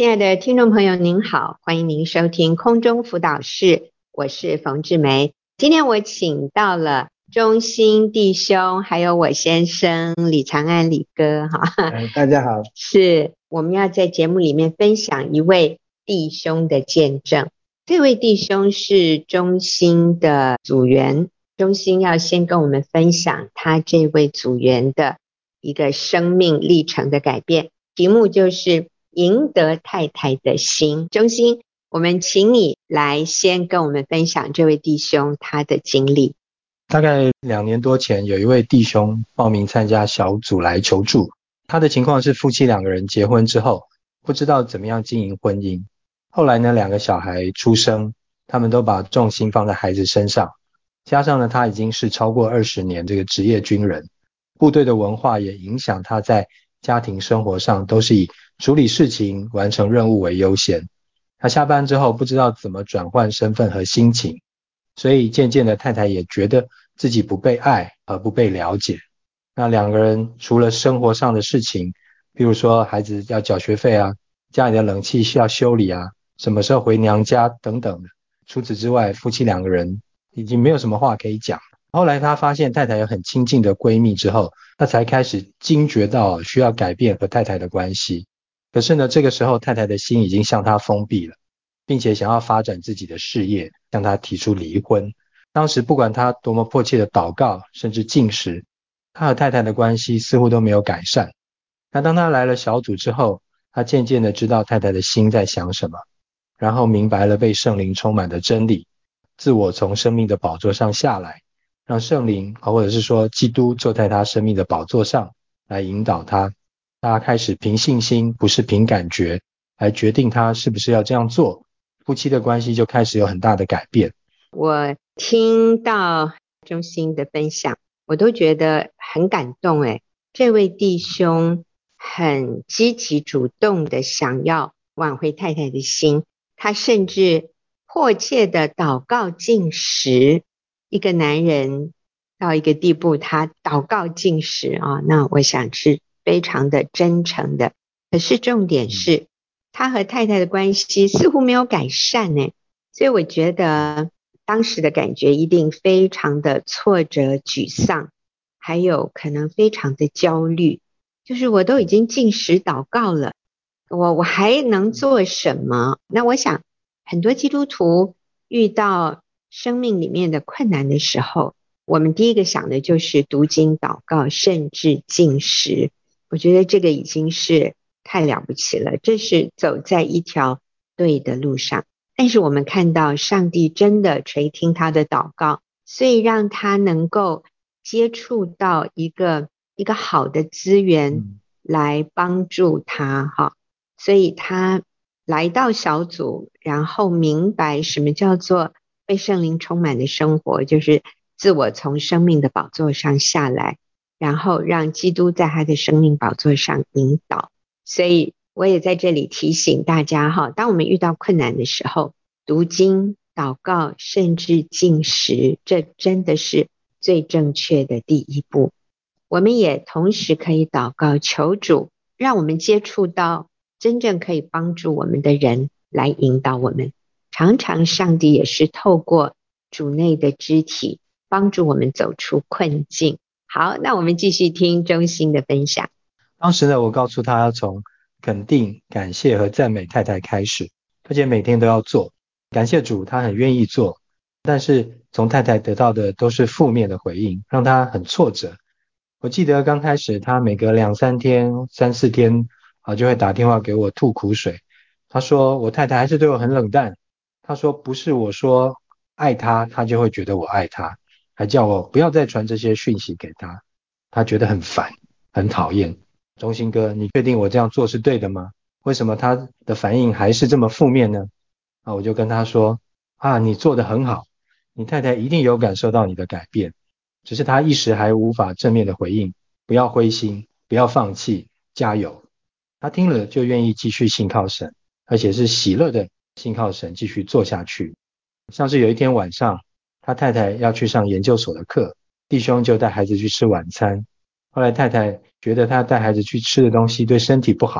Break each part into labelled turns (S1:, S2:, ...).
S1: 亲爱的听众朋友您好，欢迎您收听空中辅导室，我是冯志梅。今天我请到了中兴弟兄还有我先生李长安李哥
S2: 大家好。
S1: 是我们要在节目里面分享一位弟兄的见证。这位弟兄是中兴的组员，中兴要先跟我们分享他这位组员的一个生命历程的改变，题目就是赢得太太的心。中兴，我们请你来先跟我们分享这位弟兄他的经历。
S2: 大概2年多前，有一位弟兄报名参加小组来求助。他的情况是夫妻2个人结婚之后，不知道怎么样经营婚姻。后来呢，2个小孩出生，他们都把重心放在孩子身上。加上呢，他已经是超过20年这个职业军人，部队的文化也影响他在家庭生活上都是以处理事情、完成任务为优先。他下班之后不知道怎么转换身份和心情，所以渐渐的太太也觉得自己不被爱和不被了解。那2个人除了生活上的事情，比如说孩子要缴学费啊，家里的冷气需要修理啊，什么时候回娘家等等的，除此之外，夫妻2个人已经没有什么话可以讲。后来他发现太太有很亲近的闺蜜之后，他才开始惊觉到需要改变和太太的关系。可是呢，这个时候太太的心已经向他封闭了，并且想要发展自己的事业，向他提出离婚。当时不管他多么迫切的祷告，甚至禁食，他和太太的关系似乎都没有改善。那当他来了小组之后，他渐渐的知道太太的心在想什么，然后明白了被圣灵充满的真理，自我从生命的宝座上下来，让圣灵或者是说基督坐在他生命的宝座上来引导他。他开始凭信心，不是凭感觉，来决定他是不是要这样做。夫妻的关系就开始有很大的改变。
S1: 我听到中兴的分享，我都觉得很感动。这位弟兄很积极主动的想要挽回太太的心，他甚至迫切的祷告禁食。一个男人到一个地步，他祷告禁食那我想是非常的真诚的。可是重点是他和太太的关系似乎没有改善所以我觉得当时的感觉一定非常的挫折沮丧，还有可能非常的焦虑，就是我都已经禁食祷告了，我还能做什么？那我想很多基督徒遇到生命里面的困难的时候，我们第一个想的就是读经祷告，甚至禁食。我觉得这个已经是太了不起了，这是走在一条对的路上。但是我们看到上帝真的垂听他的祷告，所以让他能够接触到一个好的资源来帮助他所以他来到小组，然后明白什么叫做被圣灵充满的生活，就是自我从生命的宝座上下来，然后让基督在他的生命宝座上引导。所以我也在这里提醒大家当我们遇到困难的时候，读经、祷告，甚至禁食，这真的是最正确的第一步。我们也同时可以祷告，求主让我们接触到真正可以帮助我们的人来引导我们。常常上帝也是透过主内的肢体帮助我们走出困境。好，那我们继续听中兴的分享。
S2: 当时呢，我告诉他要从肯定、感谢和赞美太太开始，而且每天都要做。感谢主，他很愿意做，但是从太太得到的都是负面的回应，让他很挫折。我记得刚开始他每隔2-3天、3-4天就会打电话给我吐苦水。他说我太太还是对我很冷淡，他说不是我说爱他，他就会觉得我爱他，还叫我不要再传这些讯息给他，他觉得很烦很讨厌。中兴哥，你确定我这样做是对的吗？为什么他的反应还是这么负面呢？我就跟他说你做得很好，你太太一定有感受到你的改变，只是他一时还无法正面的回应，不要灰心，不要放弃，加油。他听了就愿意继续信靠神，而且是喜乐的信靠神继续做下去。像是有一天晚上，他太太要去上研究所的课，弟兄就带孩子去吃晚餐。后来太太觉得他带孩子去吃的东西对身体不好，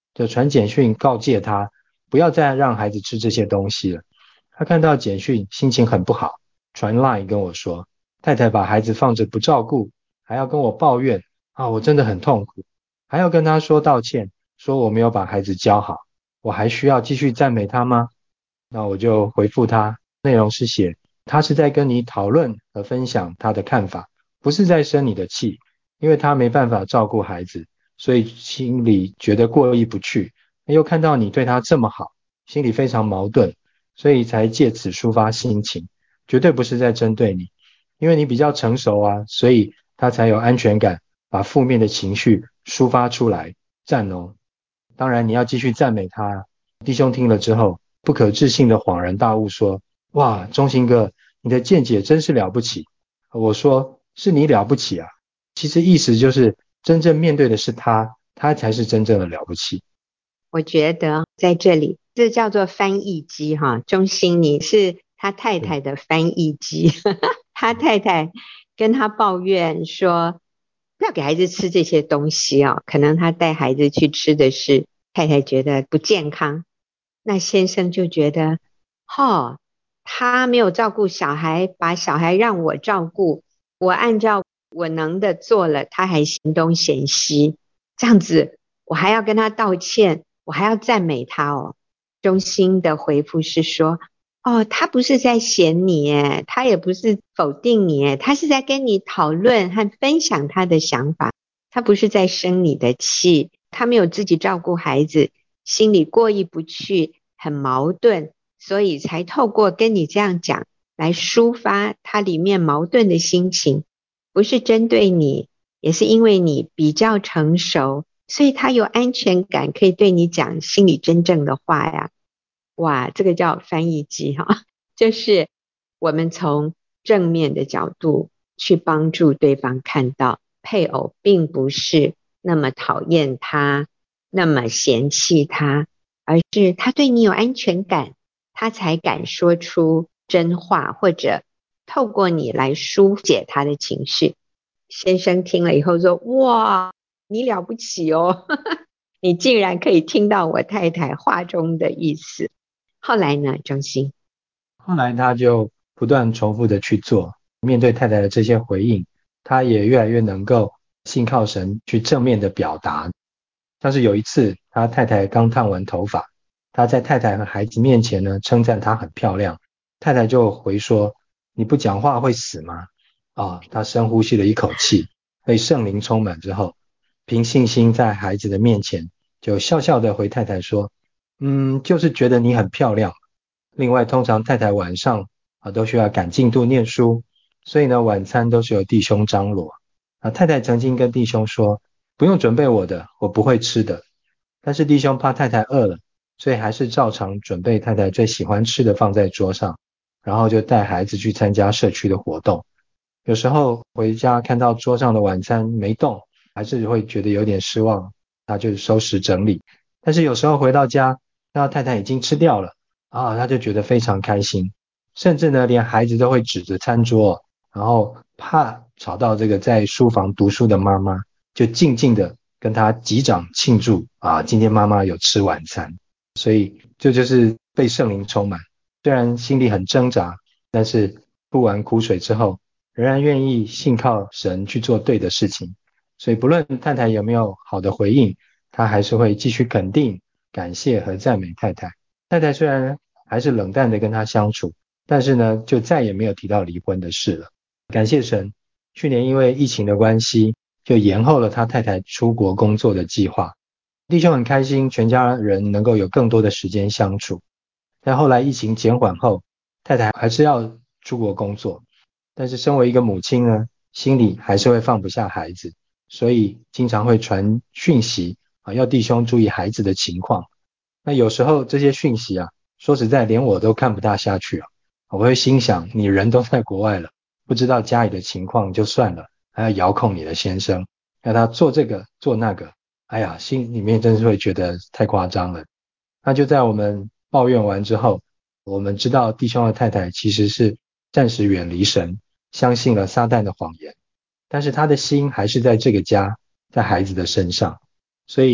S2: 就传简讯告诫他不要再让孩子吃这些东西了。他看到简讯心情很不好，传 LINE 跟我说，太太把孩子放着不照顾，还要跟我抱怨我真的很痛苦，还要跟他说道歉，说我没有把孩子教好，我还需要继续赞美他吗？那我就回复他，内容是写他是在跟你讨论和分享他的看法，不是在生你的气，因为他没办法照顾孩子，所以心里觉得过意不去，又看到你对他这么好，心里非常矛盾，所以才借此抒发心情，绝对不是在针对你，因为你比较成熟啊，所以他才有安全感，把负面的情绪抒发出来，赞哦。当然你要继续赞美他。弟兄听了之后，不可置信的恍然大悟说，哇，忠心哥，你的见解真是了不起。我说，是你了不起啊。其实意思就是真正面对的是他，他才是真正的了不起。
S1: 我觉得在这里，这叫做翻译机哈。中心你是他太太的翻译机，他太太跟他抱怨说，不要给孩子吃这些东西可能他带孩子去吃的是太太觉得不健康，那先生就觉得，他没有照顾小孩，把小孩让我照顾，我按照我能的做了，他还嫌东嫌西，这样子我还要跟他道歉，我还要赞美他中心的回复是说，他不是在嫌你耶，他也不是否定你耶，他是在跟你讨论和分享他的想法，他不是在生你的气，他没有自己照顾孩子，心里过意不去，很矛盾，所以才透过跟你这样讲来抒发他里面矛盾的心情，不是针对你，也是因为你比较成熟，所以他有安全感，可以对你讲心里真正的话呀。哇，这个叫翻译机就是我们从正面的角度去帮助对方看到配偶并不是那么讨厌他，那么嫌弃他，而是他对你有安全感，他才敢说出真话，或者透过你来疏解他的情绪。先生听了以后说，哇，你了不起哦，你竟然可以听到我太太话中的意思。后来呢，中心？
S2: 后来他就不断重复的去做，面对太太的这些回应，他也越来越能够信靠神去正面的表达。像是有一次，他太太刚烫完头发，他在太太和孩子面前呢称赞她很漂亮，太太就回说：“你不讲话会死吗？”他深呼吸了一口气，被圣灵充满之后，凭信心在孩子的面前就笑笑的回太太说：就是觉得你很漂亮。另外，通常太太晚上都需要赶进度念书，所以呢晚餐都是由弟兄张罗。太太曾经跟弟兄说，不用准备我的，我不会吃的。但是弟兄怕太太饿了，所以还是照常准备太太最喜欢吃的放在桌上，然后就带孩子去参加社区的活动。有时候回家看到桌上的晚餐没动，还是会觉得有点失望，他就收拾整理。但是有时候回到家，看到太太已经吃掉了，他就觉得非常开心，甚至呢连孩子都会指着餐桌，然后怕吵到这个在书房读书的妈妈，就静静的跟他击掌庆祝今天妈妈有吃晚餐。所以这就是被圣灵充满，虽然心里很挣扎，但是吐完苦水之后，仍然愿意信靠神去做对的事情。所以不论太太有没有好的回应，他还是会继续肯定、感谢和赞美太太。太太虽然还是冷淡的跟他相处，但是呢，就再也没有提到离婚的事了。感谢神，去年因为疫情的关系，就延后了他太太出国工作的计划。弟兄很开心，全家人能够有更多的时间相处。但后来疫情减缓后，太太还是要出国工作，但是身为一个母亲呢，心里还是会放不下孩子，所以经常会传讯息要弟兄注意孩子的情况。那有时候这些讯息说实在连我都看不大下去我会心想，你人都在国外了，不知道家里的情况就算了，还要遥控你的先生，要他做这个做那个，哎呀，心里面真是会觉得太夸张了。那就在我们抱怨完之后，我们知道弟兄的太太其实是暂时远离神，相信了撒旦的谎言，但是他的心还是在这个家，在孩子的身上。所以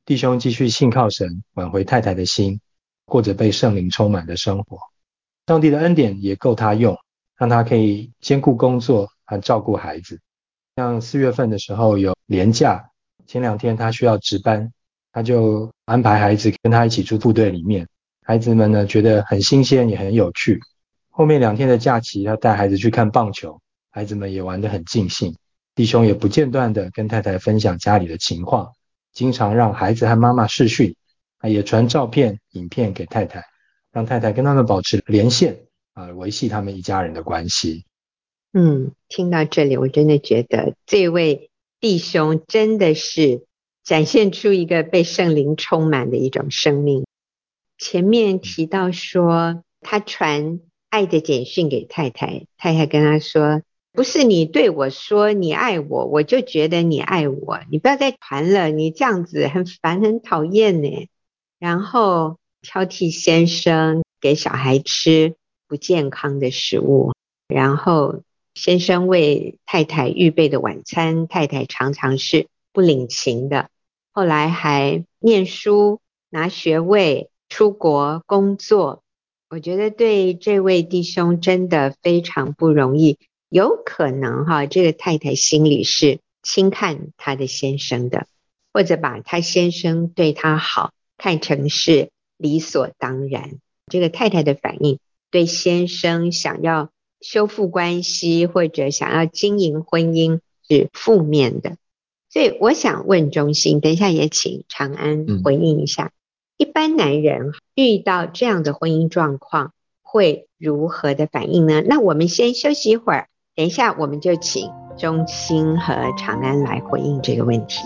S2: 弟兄继续信靠神，挽回太太的心，过着被圣灵充满的生活。上帝的恩典也够他用，让他可以兼顾工作和照顾孩子。像4月份的时候有连假，前2天他需要值班，他就安排孩子跟他一起住部队里面。孩子们呢觉得很新鲜也很有趣。后面2天的假期，他带孩子去看棒球，孩子们也玩得很尽兴。弟兄也不间断的跟太太分享家里的情况，经常让孩子和妈妈视讯，也传照片、影片给太太，让太太跟他们保持连线，维系他们一家人的关系。
S1: 听到这里，我真的觉得这位弟兄真的是展现出一个被圣灵充满的一种生命。前面提到说，他传爱的简讯给太太，太太跟他说，不是你对我说你爱我，我就觉得你爱我，你不要再传了，你这样子很烦很讨厌呢。然后挑剔先生给小孩吃不健康的食物，然后先生为太太预备的晚餐，太太常常是不领情的。后来还念书拿学位出国工作，我觉得对这位弟兄真的非常不容易。有可能这个太太心里是轻看他的先生的，或者把他先生对他好看成是理所当然。这个太太的反应对先生想要修复关系或者想要经营婚姻是负面的。所以我想问中心，等一下也请长安回应一下，一般男人遇到这样的婚姻状况会如何的反应呢？那我们先休息一会儿，等一下我们就请中心和长安来回应这个问题。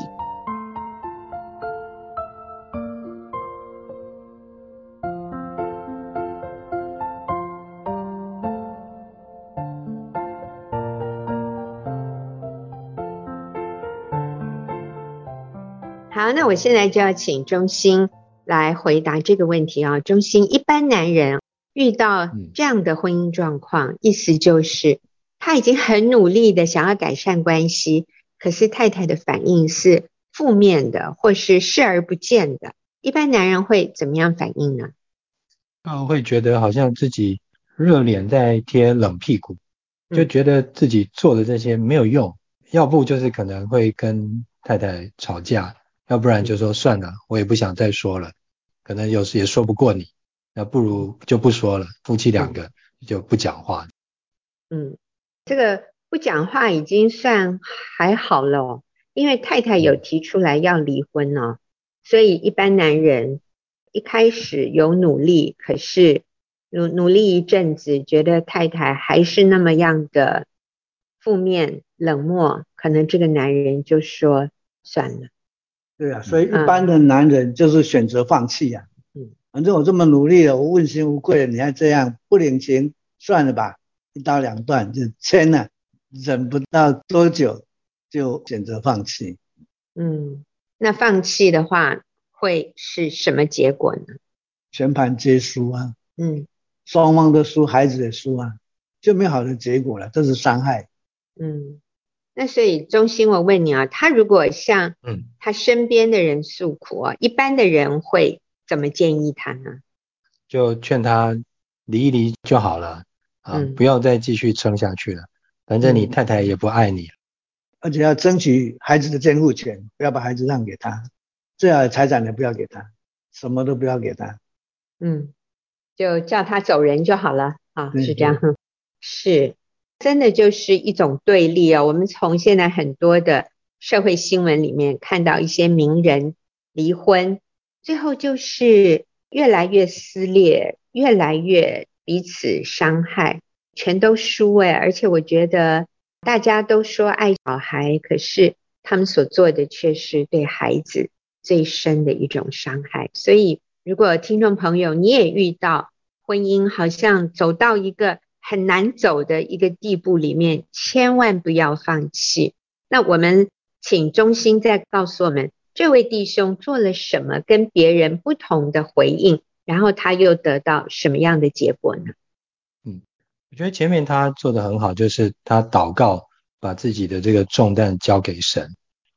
S1: 好，那我现在就要请中心来回答这个问题啊。中心，一般男人遇到这样的婚姻状况，意思就是他已经很努力的想要改善关系，可是太太的反应是负面的，或是视而不见的。一般男人会怎么样反应呢？
S2: 会觉得好像自己热脸在贴冷屁股，就觉得自己做的这些没有用，要不就是可能会跟太太吵架，要不然就说算了，我也不想再说了，可能有时也说不过你，那不如就不说了，夫妻2个就不讲话。
S1: 这个不讲话已经算还好了因为太太有提出来要离婚所以一般男人一开始有努力，可是努力一阵子，觉得太太还是那么样的负面冷漠，可能这个男人就说算了。
S3: 对啊，所以一般的男人就是选择放弃啊。反正我这么努力了，我问心无愧了，你还这样不领情，算了吧，一刀两断就签了，忍不到多久就选择放弃。
S1: 那放弃的话会是什么结果呢？
S3: 全盘皆输啊。双方都输，孩子也输啊，就没有好的结果了，这是伤害。
S1: 那所以中心我问你他如果向他身边的人诉苦一般的人会怎么建议他呢？
S2: 就劝他离一离就好了不要再继续撑下去了，反正你太太也不爱你
S3: 而且要争取孩子的监护权，不要把孩子让给他，最好的财产也不要给他，什么都不要给他。
S1: 就叫他走人就好了是这样。是真的就是一种对立我们从现在很多的社会新闻里面看到一些名人离婚，最后就是越来越撕裂，越来越彼此伤害，全都输而且我觉得大家都说爱小孩，可是他们所做的却是对孩子最深的一种伤害。所以如果听众朋友你也遇到婚姻好像走到一个很难走的一个地步里面，千万不要放弃。那我们请中心再告诉我们，这位弟兄做了什么跟别人不同的回应，然后他又得到什么样的结果呢？
S2: 我觉得前面他做得很好，就是他祷告，把自己的这个重担交给神。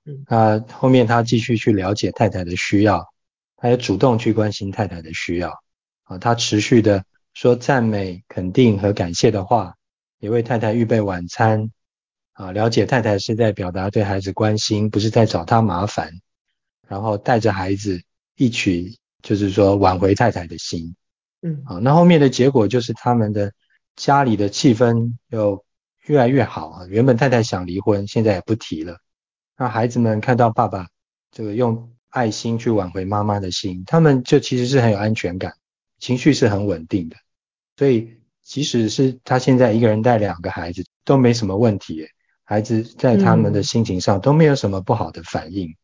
S2: 后面他继续去了解太太的需要，他也主动去关心太太的需要他持续的说赞美、肯定和感谢的话，也为太太预备晚餐了解太太是在表达对孩子关心，不是在找他麻烦，然后带着孩子一起就是说挽回太太的心。那后面的结果就是他们的家里的气氛又越来越好原本太太想离婚，现在也不提了。那孩子们看到爸爸这个用爱心去挽回妈妈的心，他们就其实是很有安全感，情绪是很稳定的。所以即使是他现在一个人带2个孩子都没什么问题耶，孩子在他们的心情上都没有什么不好的反应。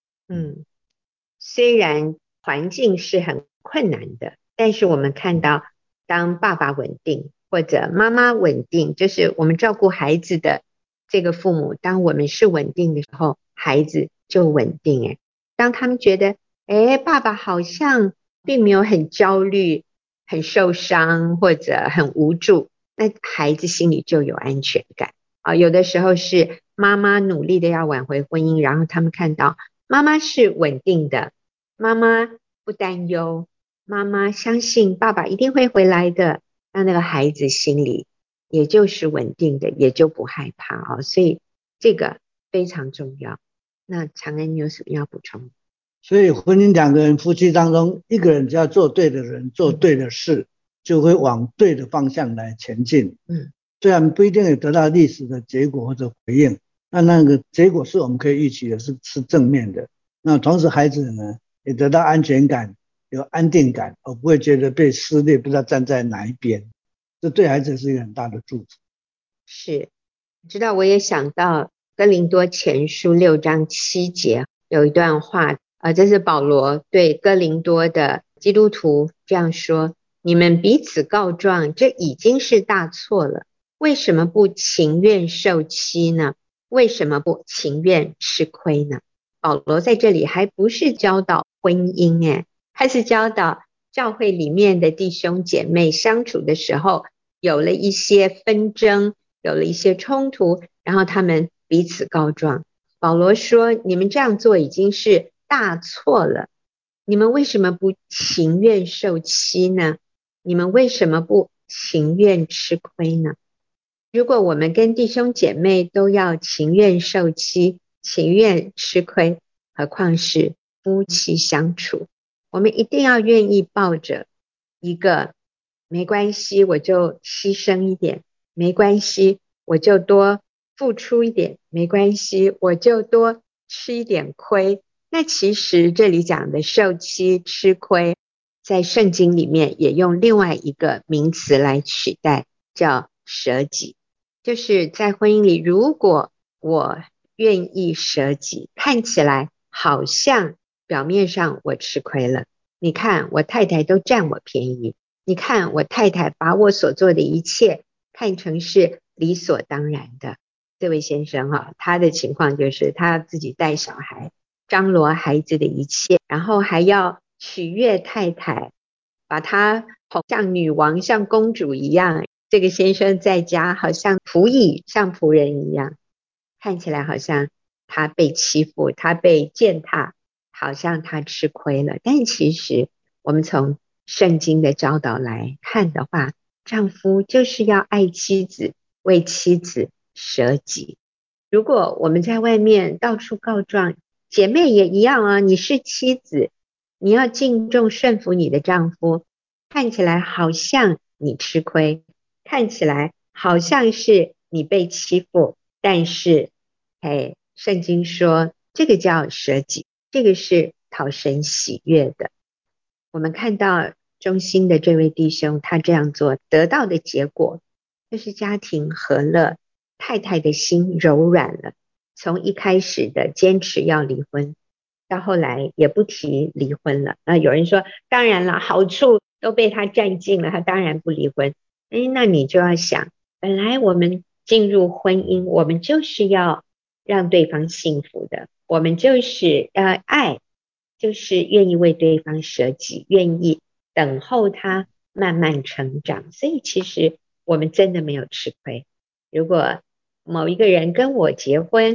S1: 虽然环境是很困难的，但是我们看到当爸爸稳定或者妈妈稳定，就是我们照顾孩子的这个父母，当我们是稳定的时候，孩子就稳定当他们觉得爸爸好像并没有很焦虑、很受伤或者很无助，那孩子心里就有安全感有的时候是妈妈努力的要挽回婚姻，然后他们看到妈妈是稳定的，妈妈不担忧，妈妈相信爸爸一定会回来的，那个孩子心里也就是稳定的，也就不害怕所以这个非常重要。那长安你有什么要补充？
S3: 所以婚姻2个人夫妻当中，一个人只要做对的人，做对的事，就会往对的方向来前进。虽然不一定有得到历史的结果或者回应，那个结果是我们可以预期的，是正面的。那同时孩子呢也得到安全感，有安定感，而不会觉得被撕裂，不知道站在哪一边。这对孩子是一个很大的助力。
S1: 是，知道我也想到哥林多前书6章7节有一段话这是保罗对哥林多的基督徒这样说：你们彼此告状，这已经是大错了。为什么不情愿受欺呢？为什么不情愿吃亏呢？保罗在这里还不是教导婚姻还是教导教会里面的弟兄姐妹相处的时候有了一些纷争，有了一些冲突，然后他们彼此告状。保罗说你们这样做已经是大错了，你们为什么不情愿受欺呢？你们为什么不情愿吃亏呢？如果我们跟弟兄姐妹都要情愿受欺，情愿吃亏，何况是夫妻相处？我们一定要愿意抱着一个没关系，我就牺牲一点，没关系，我就多付出一点，没关系，我就多吃一点亏。那其实这里讲的受欺吃亏，在圣经里面也用另外一个名词来取代，叫舍己。就是在婚姻里，如果我愿意舍己，看起来好像表面上我吃亏了，你看我太太都占我便宜，你看我太太把我所做的一切看成是理所当然的。这位先生他的情况就是他自己带小孩，张罗孩子的一切，然后还要取悦太太，把她哄像女王像公主一样，这个先生在家好像仆役像仆人一样，看起来好像他被欺负，他被践踏，好像他吃亏了。但其实我们从圣经的教导来看的话，丈夫就是要爱妻子，为妻子舍己。如果我们在外面到处告状，姐妹也一样你是妻子，你要敬重顺服你的丈夫，看起来好像你吃亏，看起来好像是你被欺负，但是圣经说这个叫舍己，这个是讨神喜悦的。我们看到中心的这位弟兄他这样做得到的结果就是家庭和乐，太太的心柔软了，从一开始的坚持要离婚到后来也不提离婚了。有人说当然了，好处都被他占尽了，他当然不离婚。那你就要想，本来我们进入婚姻，我们就是要让对方幸福的，我们就是爱，就是愿意为对方舍己，愿意等候他慢慢成长。所以其实我们真的没有吃亏。如果某一个人跟我结婚，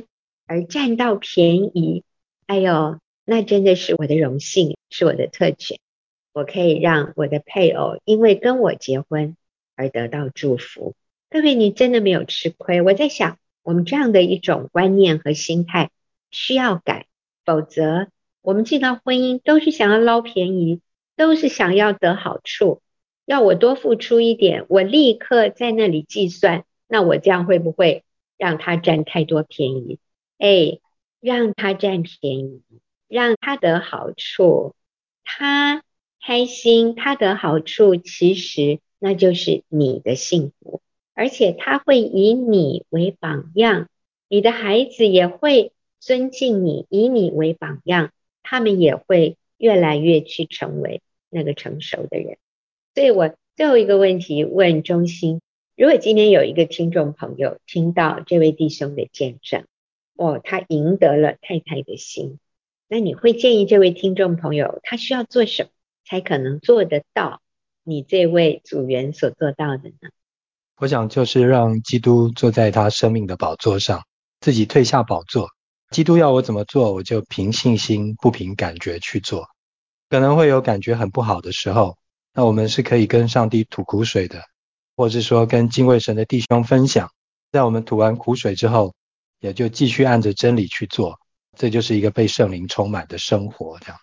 S1: 而占到便宜，哎呦，那真的是我的荣幸，是我的特权。我可以让我的配偶因为跟我结婚而得到祝福。各位，你真的没有吃亏。我在想，我们这样的一种观念和心态需要改，否则我们进到婚姻都是想要捞便宜，都是想要得好处，要我多付出一点，我立刻在那里计算，那我这样会不会让他占太多便宜？让他占便宜，让他得好处，他开心，他得好处，其实那就是你的幸福，而且他会以你为榜样，你的孩子也会尊敬你，以你为榜样，他们也会越来越去成为那个成熟的人。所以我最后一个问题问中心，如果今天有一个听众朋友听到这位弟兄的见证，他赢得了太太的心，那你会建议这位听众朋友他需要做什么才可能做得到你这位组员所做到的呢？
S2: 我想就是让基督坐在他生命的宝座上，自己退下宝座。基督要我怎么做，我就凭信心不凭感觉去做。可能会有感觉很不好的时候，那我们是可以跟上帝吐苦水的，或是说跟敬畏神的弟兄分享，在我们吐完苦水之后，也就继续按着真理去做，这就是一个被圣灵充满的生活这样。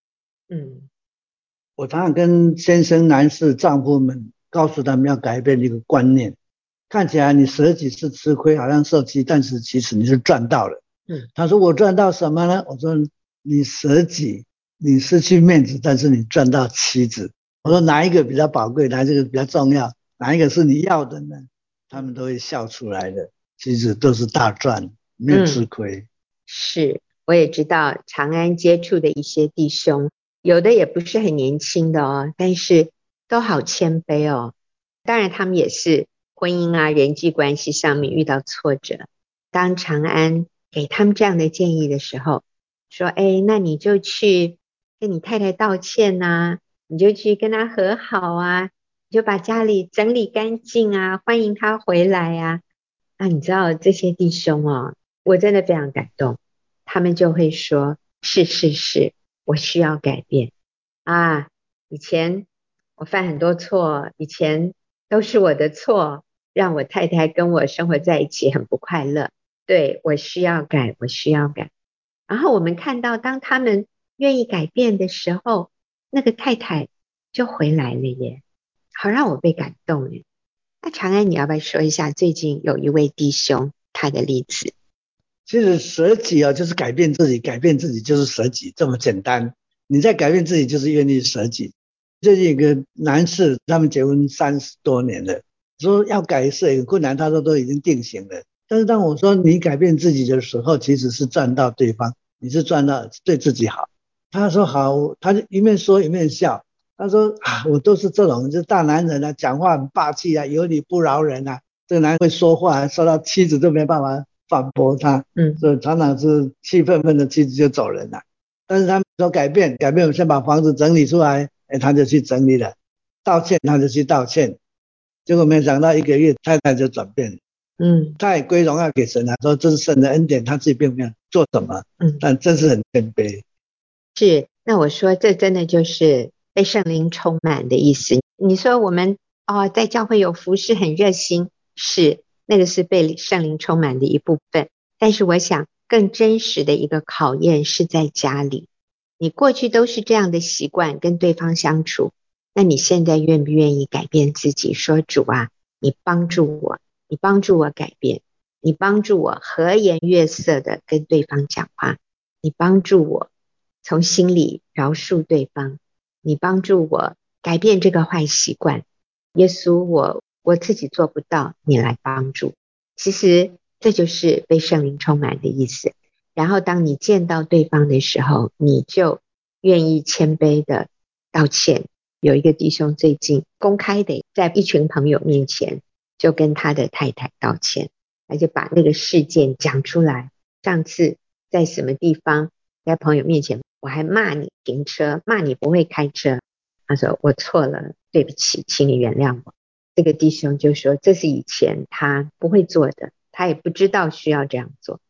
S3: 我常常跟先生、男士、丈夫们告诉他们要改变一个观念，看起来你舍己是吃亏，好像受气，但是其实你是赚到了。他说我赚到什么呢？我说你舍己，你失去面子，但是你赚到妻子。我说哪一个比较宝贵，哪一个比较重要，哪一个是你要的呢？他们都会笑出来的，其实都是大赚，没有吃亏。
S1: 是，我也知道长安接触的一些弟兄，有的也不是很年轻的哦，但是都好谦卑哦。当然他们也是婚姻啊人际关系上面遇到挫折，当长安给他们这样的建议的时候，说那你就去跟你太太道歉啊，你就去跟他和好啊，你就把家里整理干净啊，欢迎他回来啊。那你知道这些弟兄哦，我真的非常感动，他们就会说是，我需要改变啊，以前我犯很多错，以前都是我的错，让我太太跟我生活在一起很不快乐，对，我需要改，我需要改。然后我们看到当他们愿意改变的时候，那个太太就回来了耶，好让我被感动耶。那长安，你要不要说一下最近有一位弟兄他的例子？
S3: 其实舍己就是改变自己，改变自己就是舍己，这么简单。你在改变自己，就是愿意舍己。最近有个男士，他们结婚30多年了，说要改是很困难，他说都已经定型了。但是当我说你改变自己的时候，其实是赚到对方，你是赚到对自己好。他说好，他就一面说一面笑。他说我都是这种，就是大男人啊，讲话很霸气啊，有理不饶人啊。这个男人会说话，说到妻子都没办法反驳他，所以常常是气愤愤的妻子就走人了。但是他们说改变，我先把房子整理出来，他就去整理了，道歉他就去道歉，结果没想到1个月太太就转变了。他也归荣耀给神啊，说这是神的恩典，他自己并没有做什么，但真是很谦卑。
S1: 是，那我说这真的就是被圣灵充满的意思。你说我们在教会有服侍很热心，是那个是被圣灵充满的一部分，但是我想更真实的一个考验是在家里。你过去都是这样的习惯跟对方相处，那你现在愿不愿意改变自己？说主啊，你帮助我，你帮助我改变，你帮助我和颜悦色的跟对方讲话，你帮助我从心里饶恕对方，你帮助我改变这个坏习惯。耶稣，我自己做不到，你来帮助。其实这就是被圣灵充满的意思。然后当你见到对方的时候，你就愿意谦卑的道歉。有一个弟兄最近公开的在一群朋友面前就跟他的太太道歉，而且把那个事件讲出来。上次在什么地方在朋友面前我还骂你停车，骂你不会开车，他说我错了，对不起，请你原谅我。这个弟兄就说这是以前他不会做的，他也不知道需要这样做，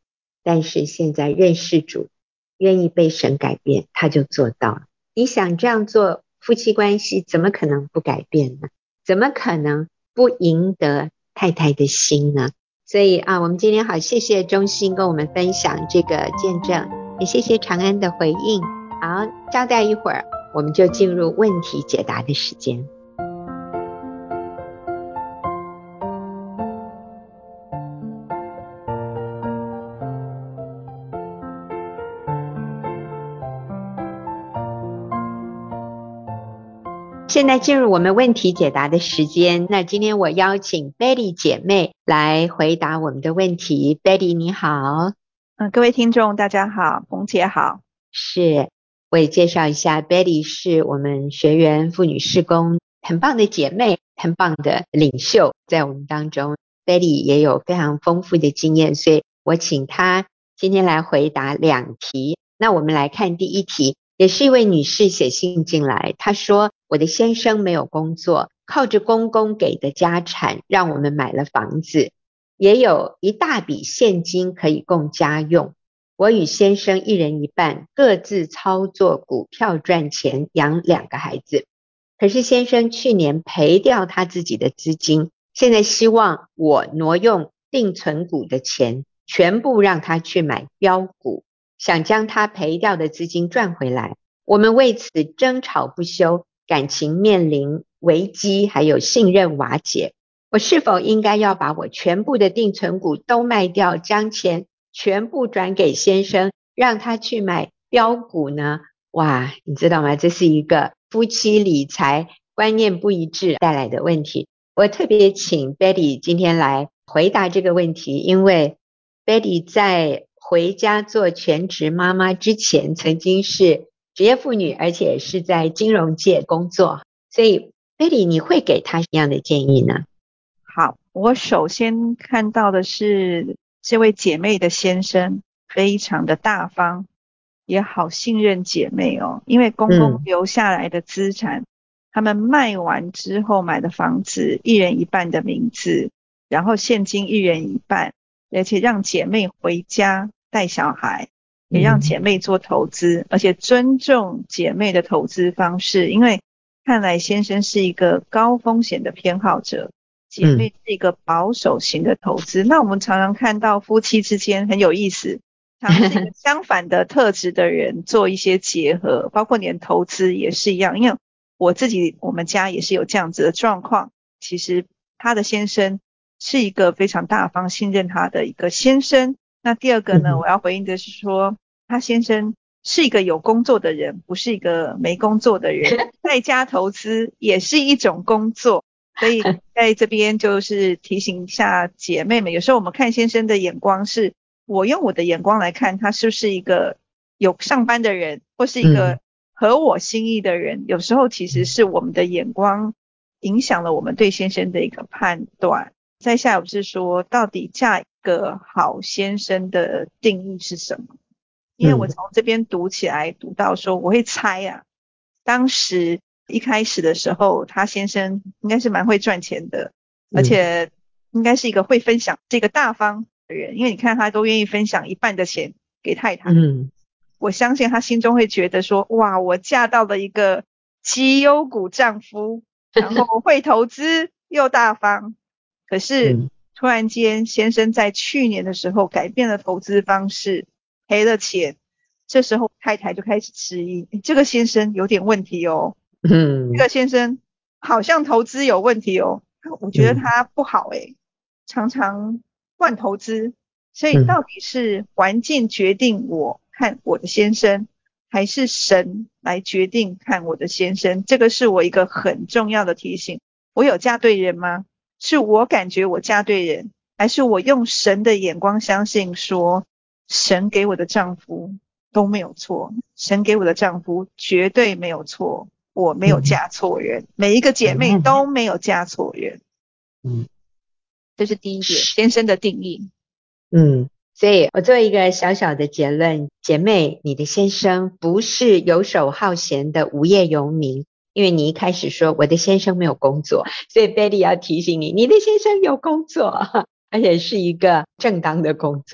S1: 但是现在认识主，愿意被神改变，他就做到了。你想这样做，夫妻关系怎么可能不改变呢？怎么可能不赢得太太的心呢？所以我们今天好，谢谢忠心跟我们分享这个见证，也谢谢长安的回应。好，交代一会儿，我们就进入问题解答的时间。现在进入我们问题解答的时间。那今天我邀请 Betty 姐妹来回答我们的问题。Betty 你好。
S4: 各位听众大家好，冯姐好。
S1: 是，我也介绍一下 Betty 是我们学员妇女事工很棒的姐妹，很棒的领袖，在我们当中 Betty 也有非常丰富的经验，所以我请她今天来回答2题。那我们来看第1题，也是一位女士写信进来，她说我的先生没有工作，靠着公公给的家产让我们买了房子，也有一大笔现金可以供家用。我与先生一人一半，各自操作股票赚钱，养2个孩子。可是先生去年赔掉他自己的资金，现在希望我挪用定存股的钱，全部让他去买标股，想将他赔掉的资金赚回来。我们为此争吵不休，感情面临危机，还有信任瓦解。我是否应该要把我全部的定存股都卖掉，将钱全部转给先生，让他去买标股呢？哇，你知道吗？这是一个夫妻理财观念不一致带来的问题。我特别请 Betty 今天来回答这个问题，因为 Betty 在回家做全职妈妈之前，曾经是职业妇女，而且是在金融界工作，所以 Betty 你会给她什么样的建议呢？
S4: 好，我首先看到的是这位姐妹的先生非常的大方，也好信任姐妹哦，因为公公留下来的资产，他们卖完之后买的房子一人一半的名字，然后现金一人一半，而且让姐妹回家带小孩，也让姐妹做投资，而且尊重姐妹的投资方式，因为看来先生是一个高风险的偏好者，姐妹是一个保守型的投资。那我们常常看到夫妻之间很有意思，常是一个相反的特质的人做一些结合，包括连投资也是一样。因为我们家也是有这样子的状况，其实他的先生是一个非常大方信任他的一个先生。那第二个呢，我要回应的是说，他先生是一个有工作的人，不是一个没工作的人，在家投资也是一种工作。所以在这边就是提醒一下姐妹们，有时候我们看先生的眼光是，我用我的眼光来看他是不是一个有上班的人，或是一个合我心意的人，有时候其实是我们的眼光影响了我们对先生的一个判断。再下来是说，到底嫁一个好先生的定义是什么？因为我从这边读起来读到说，我会猜啊，当时一开始的时候，他先生应该是蛮会赚钱的，而且应该是一个会分享这个大方的人，因为你看他都愿意分享一半的钱给太太。我相信他心中会觉得说，哇，我嫁到了一个绩优股丈夫，然后会投资又大方。可是突然间先生在去年的时候改变了投资方式，赔了钱，这时候太太就开始质疑，这个先生有点问题哦。这个先生好像投资有问题哦，我觉得他不好常常乱投资。所以到底是环境决定我看我的先生，还是神来决定看我的先生？这个是我一个很重要的提醒。我有嫁对人吗？是我感觉我嫁对人，还是我用神的眼光相信说，神给我的丈夫都没有错，神给我的丈夫绝对没有错，我没有嫁错人，每一个姐妹都没有嫁错人。这是第一点，先生的定义。
S1: 所以我做一个小小的结论，姐妹，你的先生不是游手好闲的无业游民，因为你一开始说我的先生没有工作，所以 Betty 要提醒你，你的先生有工作，而且是一个正当的工作。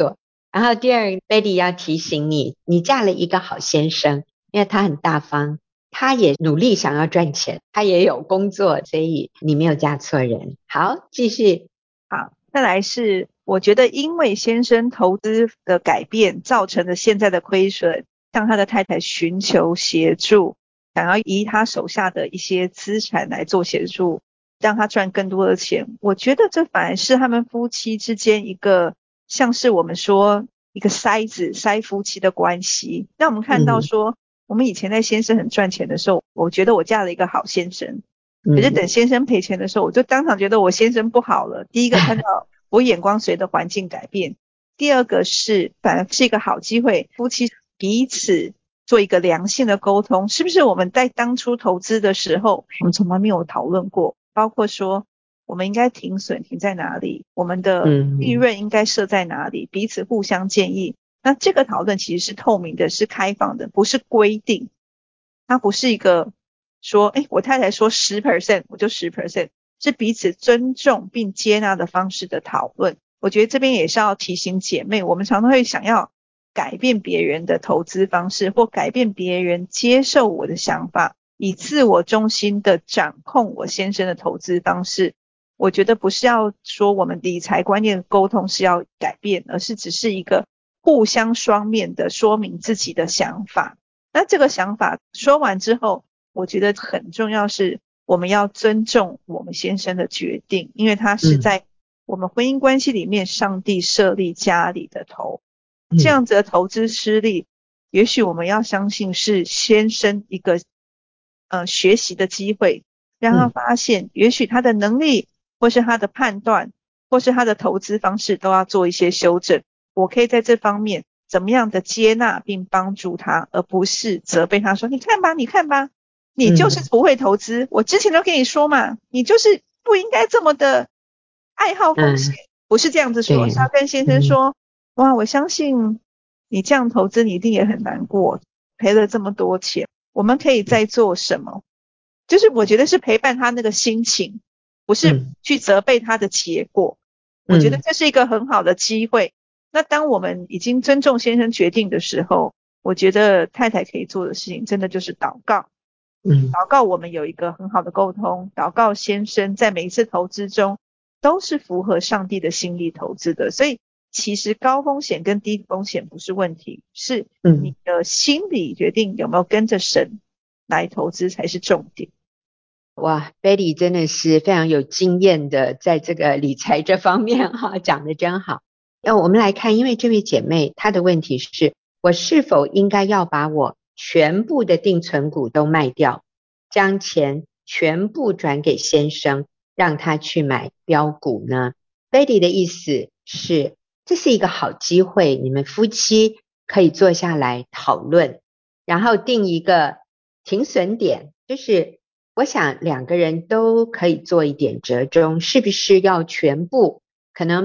S1: 然后第二 Betty 要提醒你，你嫁了一个好先生，因为他很大方，他也努力想要赚钱，他也有工作，所以你没有嫁错人。好，继续。
S4: 好，再来是我觉得因为先生投资的改变造成了现在的亏损，向他的太太寻求协助，想要以他手下的一些资产来做协助，让他赚更多的钱。我觉得这反而是他们夫妻之间一个像是我们说一个筛子筛夫妻的关系，让我们看到说，我们以前在先生很赚钱的时候，我觉得我嫁了一个好先生，可是等先生赔钱的时候，我就当场觉得我先生不好了。第一个看到我眼光随着环境改变，第二个是反而是一个好机会，夫妻彼此做一个良性的沟通。是不是我们在当初投资的时候，我们从来没有讨论过，包括说我们应该停损停在哪里，我们的利润应该设在哪里，彼此互相建议。那这个讨论其实是透明的，是开放的，不是规定，它不是一个说我太太说 10% 我就 10%， 是彼此尊重并接纳的方式的讨论。我觉得这边也是要提醒姐妹，我们常常会想要改变别人的投资方式，或改变别人接受我的想法，以自我中心的掌控我先生的投资方式。我觉得不是要说我们理财观念沟通是要改变，而是只是一个互相双面的说明自己的想法。那这个想法说完之后，我觉得很重要是我们要尊重我们先生的决定，因为他是在我们婚姻关系里面上帝设立家里的头，这样子的投资失利，也许我们要相信是先生一个学习的机会，让他发现也许他的能力或是他的判断或是他的投资方式都要做一些修正，我可以在这方面怎么样的接纳并帮助他，而不是责备他说你看吧你看吧，你就是不会投资，我之前都跟你说嘛，你就是不应该这么的爱好风险，不是这样子说，是要跟先生说哇，我相信你这样投资你一定也很难过，赔了这么多钱，我们可以再做什么，就是我觉得是陪伴他那个心情，不是去责备他的结果。我觉得这是一个很好的机会。那当我们已经尊重先生决定的时候，我觉得太太可以做的事情真的就是祷告。祷告我们有一个很好的沟通，祷告先生在每一次投资中都是符合上帝的心意投资的。所以其实高风险跟低风险不是问题，是你的心理决定有没有跟着神来投资才是重点。
S1: 哇 Betty 真的是非常有经验的，在这个理财这方面讲得真好。我们来看，因为这位姐妹她的问题是，我是否应该要把我全部的定存股都卖掉，将钱全部转给先生，让他去买标股呢？ Betty 的意思是，这是一个好机会，你们夫妻可以坐下来讨论，然后定一个停损点，就是我想两个人都可以做一点折中，是不是要全部可能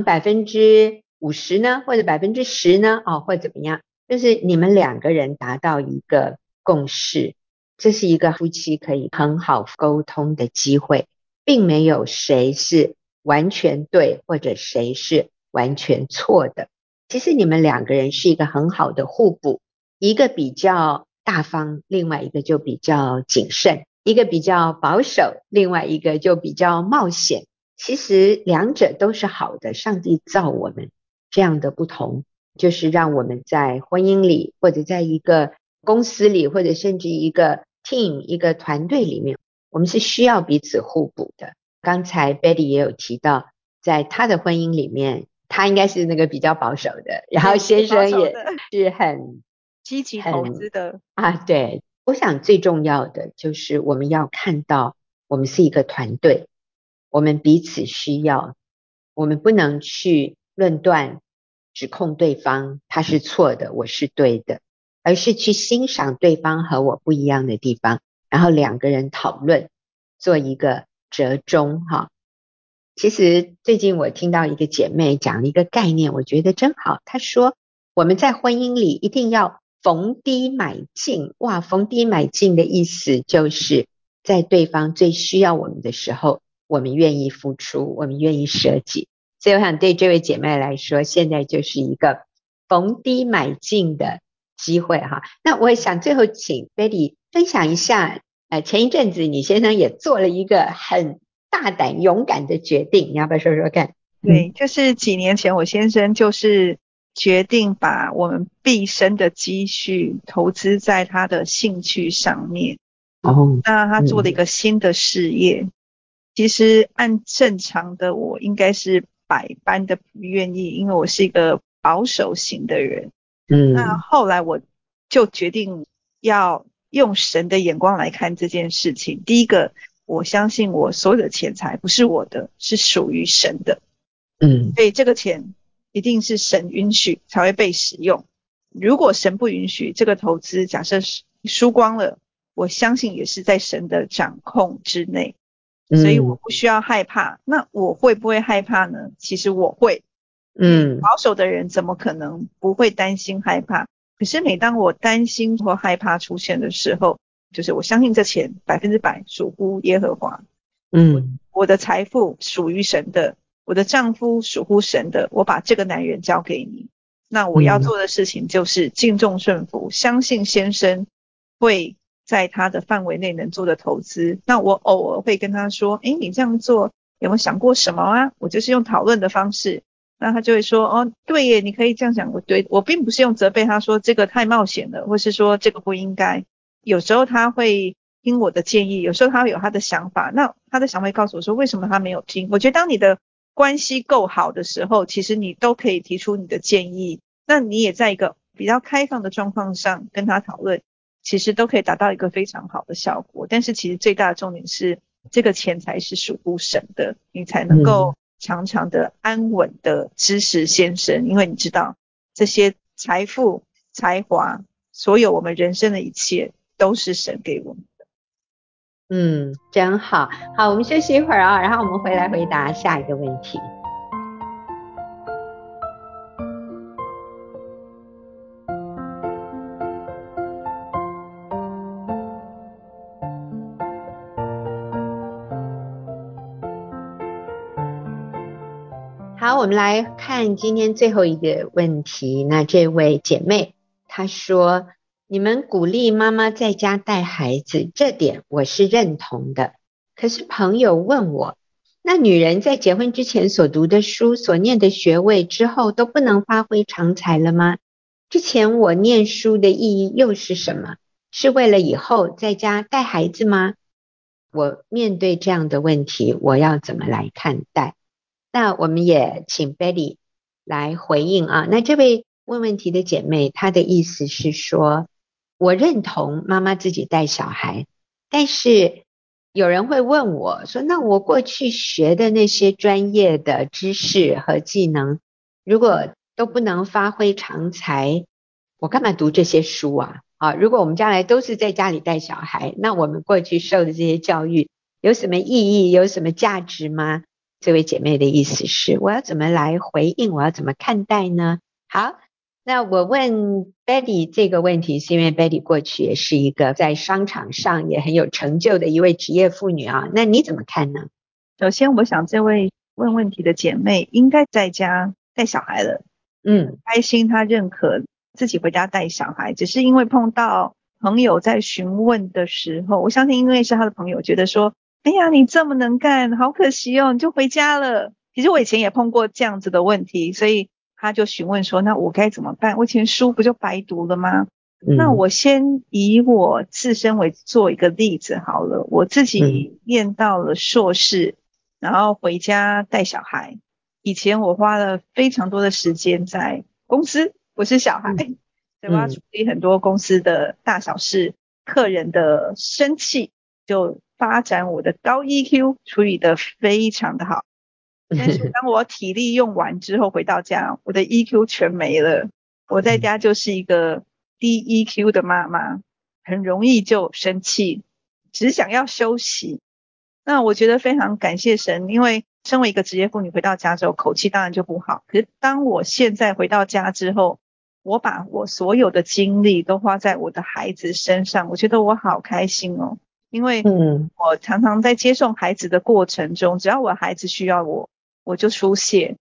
S1: 50%呢，或者10%呢，或怎么样，就是你们两个人达到一个共识，这是一个夫妻可以很好沟通的机会，并没有谁是完全对或者谁是完全错的。其实你们两个人是一个很好的互补，一个比较大方，另外一个就比较谨慎，一个比较保守，另外一个就比较冒险。其实两者都是好的，上帝造我们这样的不同，就是让我们在婚姻里，或者在一个公司里，或者甚至一个 team 一个团队里面，我们是需要彼此互补的。刚才 Betty 也有提到，在她的婚姻里面，她应该是那个比较保守的，然后先生也是很
S4: 积极投资的
S1: 对，我想最重要的就是我们要看到我们是一个团队，我们彼此需要，我们不能去论断指控对方他是错的我是对的，而是去欣赏对方和我不一样的地方，然后两个人讨论做一个折中其实最近我听到一个姐妹讲了一个概念，我觉得真好。她说我们在婚姻里一定要逢低买进。哇，逢低买进的意思就是在对方最需要我们的时候，我们愿意付出，我们愿意舍己。所以我想对这位姐妹来说，现在就是一个逢低买进的机会哈。那我想最后请 Betty 分享一下，前一阵子你先生也做了一个很大胆勇敢的决定，你要不要说说看？
S4: 对，就是几年前我先生就是决定把我们毕生的积蓄投资在他的兴趣上面。那他做了一个新的事业，其实按正常的我应该是百般的不愿意，因为我是一个保守型的人。那后来我就决定要用神的眼光来看这件事情。第一个，我相信我所有的钱财不是我的，是属于神的。所以这个钱一定是神允许才会被使用。如果神不允许，这个投资假设输光了，我相信也是在神的掌控之内。所以我不需要害怕。那我会不会害怕呢？其实我会。保守的人怎么可能不会担心害怕？可是每当我担心或害怕出现的时候，就是我相信这钱100%属乎耶和华。我的财富属于神的，我的丈夫属乎神的，我把这个男人交给你。那我要做的事情就是敬重顺服，相信先生会在他的范围内能做的投资。那我偶尔会跟他说，你这样做有没有想过什么啊？我就是用讨论的方式。那他就会说，对耶，你可以这样想。我并不是用责备他说这个太冒险了，或是说这个不应该。有时候他会听我的建议，有时候他会有他的想法，那他的想法会告诉我说为什么他没有听。我觉得当你的关系够好的时候，其实你都可以提出你的建议，那你也在一个比较开放的状况上跟他讨论，其实都可以达到一个非常好的效果。但是其实最大的重点是这个钱财是属乎神的，你才能够常常的安稳的支持先生。因为你知道这些财富才华所有我们人生的一切都是神给我们的。
S1: 真好。好，我们休息一会儿啊，然后我们回来回答下一个问题。好，我们来看今天最后一个问题。那这位姐妹她说，你们鼓励妈妈在家带孩子，这点我是认同的。可是朋友问我，那女人在结婚之前所读的书、所念的学位之后都不能发挥长才了吗？之前我念书的意义又是什么？是为了以后在家带孩子吗？我面对这样的问题，我要怎么来看待？那我们也请 Betty 来回应啊。那这位问问题的姐妹，她的意思是说，我认同妈妈自己带小孩，但是有人会问我说，那我过去学的那些专业的知识和技能，如果都不能发挥长才，我干嘛读这些书啊？如果我们将来都是在家里带小孩，那我们过去受的这些教育有什么意义，有什么价值吗？这位姐妹的意思是，我要怎么来回应，我要怎么看待呢？好，那我问 Betty 这个问题，是因为 Betty 过去也是一个在商场上也很有成就的一位职业妇女啊，那你怎么看呢？
S4: 首先我想这位问问题的姐妹应该在家带小孩了，开心，她认可自己回家带小孩，只是因为碰到朋友在询问的时候，我相信因为是她的朋友觉得说，哎呀你这么能干，好可惜哦，你就回家了。其实我以前也碰过这样子的问题，所以她就询问说，那我该怎么办？我以前书不就白读了吗？那我先以我自身为做一个例子好了，我自己念到了硕士，然后回家带小孩。以前我花了非常多的时间在公司，不是小孩，所以我要处理很多公司的大小事，客人的生气，就发展我的高 EQ， 处理得非常的好。但是当我体力用完之后回到家，我的 EQ 全没了。我在家就是一个低 EQ 的妈妈，很容易就生气，只想要休息。那我觉得非常感谢神，因为身为一个职业妇女回到家之后口气当然就不好，可是当我现在回到家之后，我把我所有的精力都花在我的孩子身上，我觉得我好开心哦。因为我常常在接送孩子的过程中，只要我的孩子需要我就出现，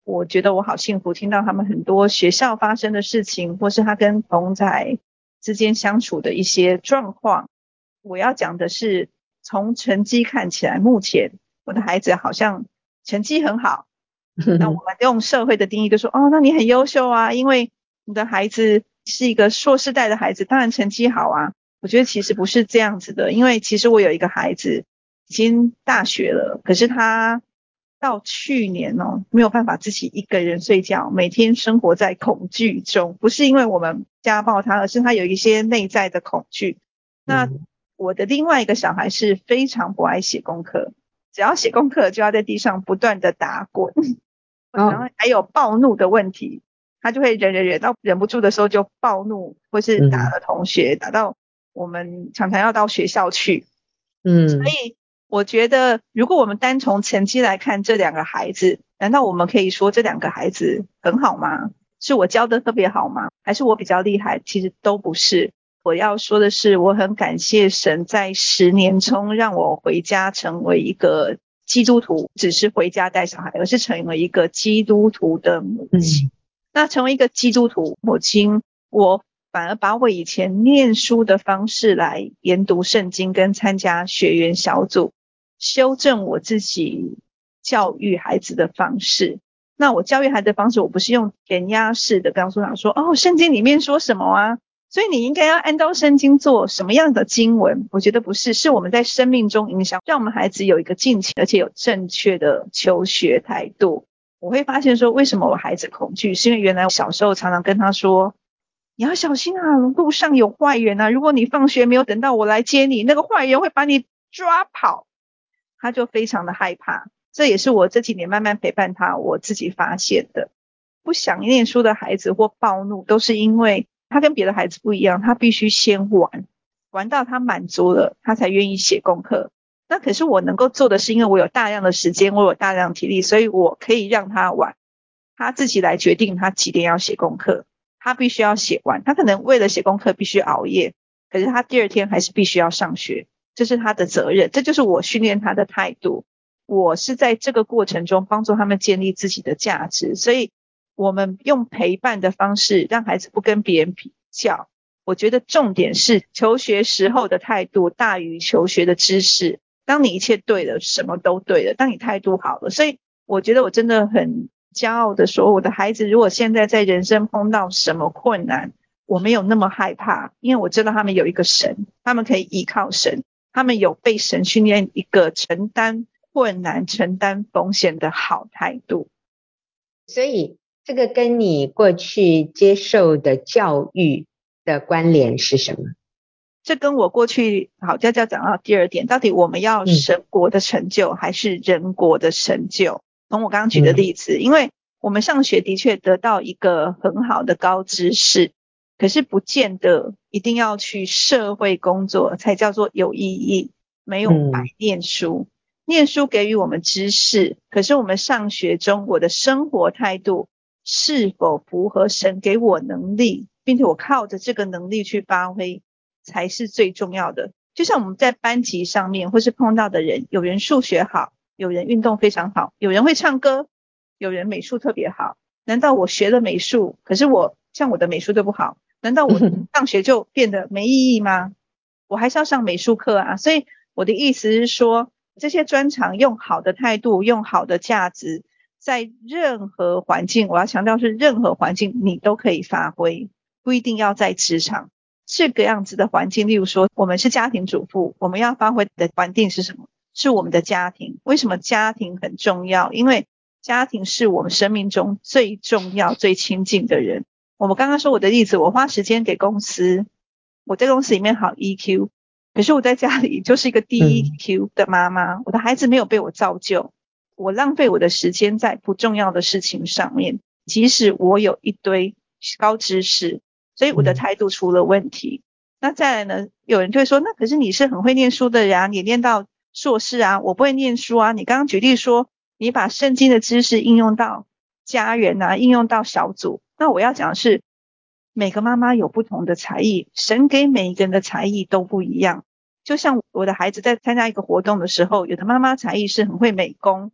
S4: 我觉得我好幸福，听到他们很多学校发生的事情，或是他跟同侪之间相处的一些状况。我要讲的是，从成绩看起来，目前我的孩子好像成绩很好。那我们用社会的定义就说，那你很优秀啊，因为你的孩子是一个硕士代的孩子，当然成绩好啊。我觉得其实不是这样子的，因为其实我有一个孩子已经大学了，可是他到去年没有办法自己一个人睡觉，每天生活在恐惧中，不是因为我们家暴他，而是他有一些内在的恐惧。那我的另外一个小孩是非常不爱写功课，只要写功课就要在地上不断的打滚，然后还有暴怒的问题，他就会忍到忍不住的时候就暴怒，或是打了同学，打到我们常常要到学校去。所以我觉得如果我们单从成绩来看这两个孩子，难道我们可以说这两个孩子很好吗？是我教的特别好吗？还是我比较厉害？其实都不是。我要说的是，我很感谢神在10年中让我回家成为一个基督徒，只是回家带小孩，而是成为一个基督徒的母亲。那成为一个基督徒母亲，我反而把我以前念书的方式来研读圣经跟参加学员小组，修正我自己教育孩子的方式。那我教育孩子的方式，我不是用填鸭式的告诉他说，圣经里面说什么啊，所以你应该要按照圣经做什么样的经文。我觉得不是，是我们在生命中影响，让我们孩子有一个敬虔而且有正确的求学态度。我会发现说，为什么我孩子恐惧，是因为原来我小时候常常跟他说，你要小心啊，路上有坏人啊，如果你放学没有等到我来接你，那个坏人会把你抓跑。他就非常的害怕，这也是我这几年慢慢陪伴他我自己发现的。不想念书的孩子或暴怒，都是因为他跟别的孩子不一样，他必须先玩到他满足了，他才愿意写功课。那可是我能够做的是，因为我有大量的时间，我有大量的体力，所以我可以让他玩，他自己来决定他几点要写功课，他必须要写完。他可能为了写功课必须熬夜，可是他第二天还是必须要上学，这是他的责任，这就是我训练他的态度。我是在这个过程中帮助他们建立自己的价值，所以我们用陪伴的方式让孩子不跟别人比较。我觉得重点是求学时候的态度大于求学的知识。当你一切对了，什么都对了，当你态度好了，所以我觉得我真的很骄傲的说，我的孩子如果现在在人生碰到什么困难，我没有那么害怕，因为我知道他们有一个神，他们可以依靠神，他们有被神训练一个承担困难、承担风险的好态度。
S1: 所以这个跟你过去接受的教育的关联是什么？
S4: 这跟我过去家讲到第二点，到底我们要神国的成就还是人国的成就？从我刚刚举的例子，因为我们上学的确得到一个很好的高知识，可是不见得一定要去社会工作才叫做有意义，没有白念书。念书给予我们知识，可是我们上学中我的生活态度是否符合神给我能力，并且我靠着这个能力去发挥才是最重要的。就像我们在班级上面或是碰到的人，有人数学好，有人运动非常好，有人会唱歌，有人美术特别好。难道我学了美术，可是像我的美术都不好，难道我上学就变得没意义吗？我还是要上美术课啊。所以我的意思是说，这些专长用好的态度，用好的价值，在任何环境，我要强调是任何环境你都可以发挥，不一定要在职场。这个样子的环境，例如说我们是家庭主妇，我们要发挥的环境是什么？是我们的家庭。为什么家庭很重要？因为家庭是我们生命中最重要最亲近的人。我们刚刚说我的例子，我花时间给公司，我在公司里面好 EQ， 可是我在家里就是一个低 EQ 的妈妈。我的孩子没有被我造就，我浪费我的时间在不重要的事情上面，即使我有一堆高知识，所以我的态度出了问题。那再来呢，有人就会说，那可是你是很会念书的人啊，你念到硕士啊，我不会念书啊。你刚刚举例说你把圣经的知识应用到家人啊，应用到小组。那我要讲的是，每个妈妈有不同的才艺，神给每一个人的才艺都不一样。就像我的孩子在参加一个活动的时候，有的妈妈才艺是很会美工，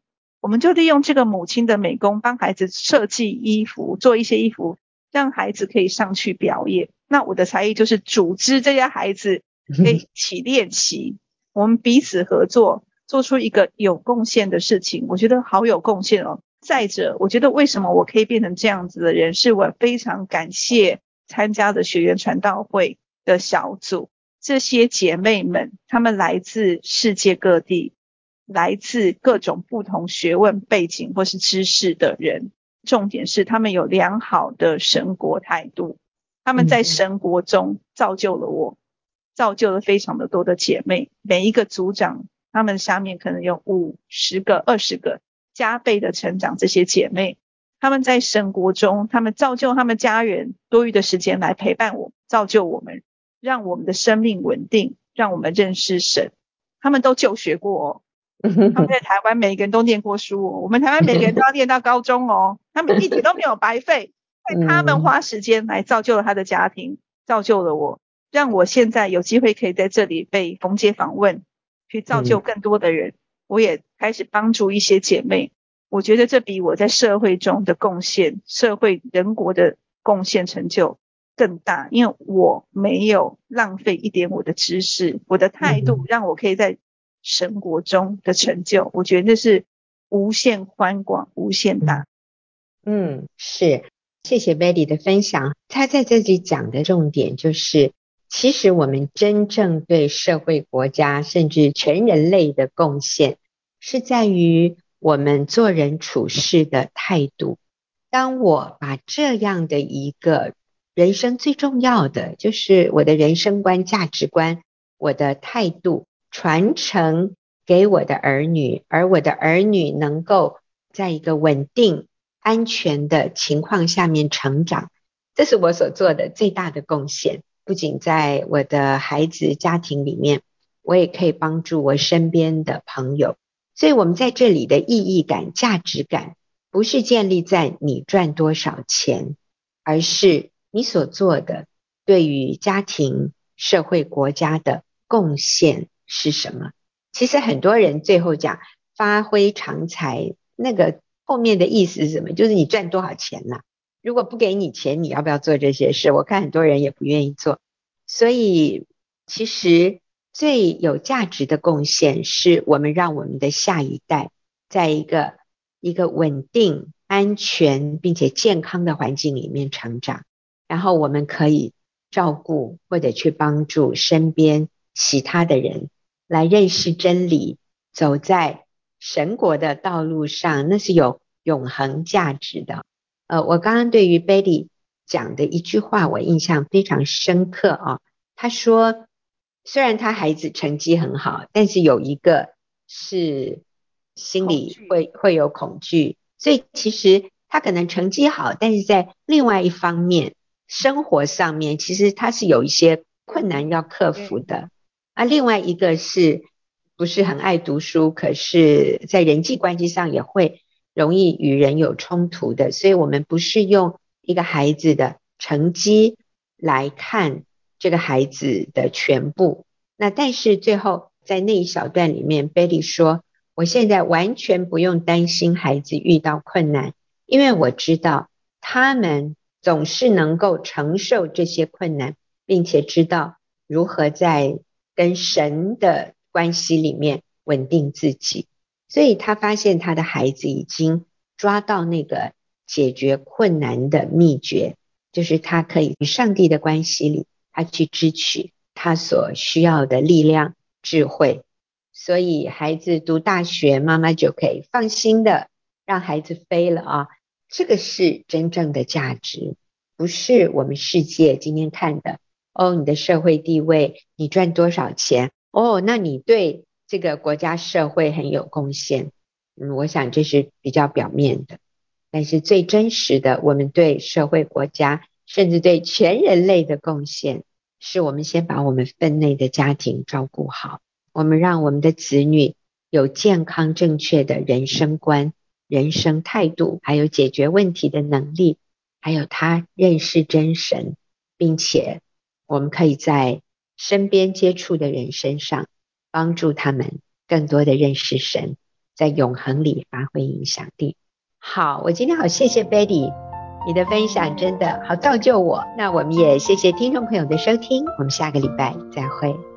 S4: 我们就利用这个母亲的美工帮孩子设计衣服，做一些衣服让孩子可以上去表演。那我的才艺就是组织这些孩子可以一起练习，我们彼此合作，做出一个有贡献的事情，我觉得好有贡献哦。再者，我觉得为什么我可以变成这样子的人，是我非常感谢参加的学员传道会的小组，这些姐妹们，她们来自世界各地，来自各种不同学问背景或是知识的人，重点是她们有良好的神国态度，她们在神国中造就了我，造就了非常的多的姐妹，每一个组长她们下面可能有50个20个，加倍的成长。这些姐妹她们在神国中，她们造就她们家人多余的时间来陪伴我，造就我们，让我们的生命稳定，让我们认识神。她们都就学过哦，他们在台湾每个人都念过书哦，我们台湾每个人都要念到高中哦，他们一点都没有白费，因为他们花时间来造就了他的家庭，造就了我，让我现在有机会可以在这里被冯姐访问，去造就更多的人。我也开始帮助一些姐妹，我觉得这比我在社会中的贡献，社会人国的贡献成就更大，因为我没有浪费一点我的知识，我的态度让我可以在神国中的成就，我觉得那是无限宽广，无限大。
S1: 是，谢谢 Betty 的分享。他在这里讲的重点就是，其实我们真正对社会、国家甚至全人类的贡献，是在于我们做人处事的态度。当我把这样的一个人生最重要的，就是我的人生观、价值观，我的态度传承给我的儿女，而我的儿女能够在一个稳定安全的情况下面成长，这是我所做的最大的贡献。不仅在我的孩子家庭里面，我也可以帮助我身边的朋友。所以我们在这里的意义感、价值感，不是建立在你赚多少钱，而是你所做的对于家庭、社会、国家的贡献是什么。其实很多人最后讲发挥长才，那个后面的意思是什么？就是你赚多少钱啦。如果不给你钱，你要不要做这些事？我看很多人也不愿意做。所以其实最有价值的贡献是我们让我们的下一代在一个稳定、安全并且健康的环境里面成长，然后我们可以照顾或者去帮助身边其他的人来认识真理，走在神国的道路上，那是有永恒价值的。我刚刚对于 Betty 讲的一句话我印象非常深刻啊。他说虽然他孩子成绩很好，但是有一个是心里会有恐惧，所以其实他可能成绩好，但是在另外一方面生活上面其实他是有一些困难要克服的。另外一个是不是很爱读书，可是在人际关系上也会容易与人有冲突的。所以我们不是用一个孩子的成绩来看这个孩子的全部。那但是最后在那一小段里面 Betty 说，我现在完全不用担心孩子遇到困难，因为我知道他们总是能够承受这些困难，并且知道如何在跟神的关系里面稳定自己。所以他发现他的孩子已经抓到那个解决困难的秘诀，就是他可以与上帝的关系里，他去支取他所需要的力量、智慧。所以孩子读大学，妈妈就可以放心的让孩子飞了啊！这个是真正的价值，不是我们世界今天看的你的社会地位，你赚多少钱那你对这个国家社会很有贡献。我想这是比较表面的，但是最真实的，我们对社会、国家甚至对全人类的贡献，是我们先把我们分内的家庭照顾好，我们让我们的子女有健康正确的人生观、人生态度，还有解决问题的能力，还有他认识真神，并且我们可以在身边接触的人身上帮助他们更多的认识神， 在永恒里发挥影响力。好，我今天好谢谢 Betty， 你的分享真的好造就我。那我们也谢谢听众朋友的收听，我们下个礼拜再会。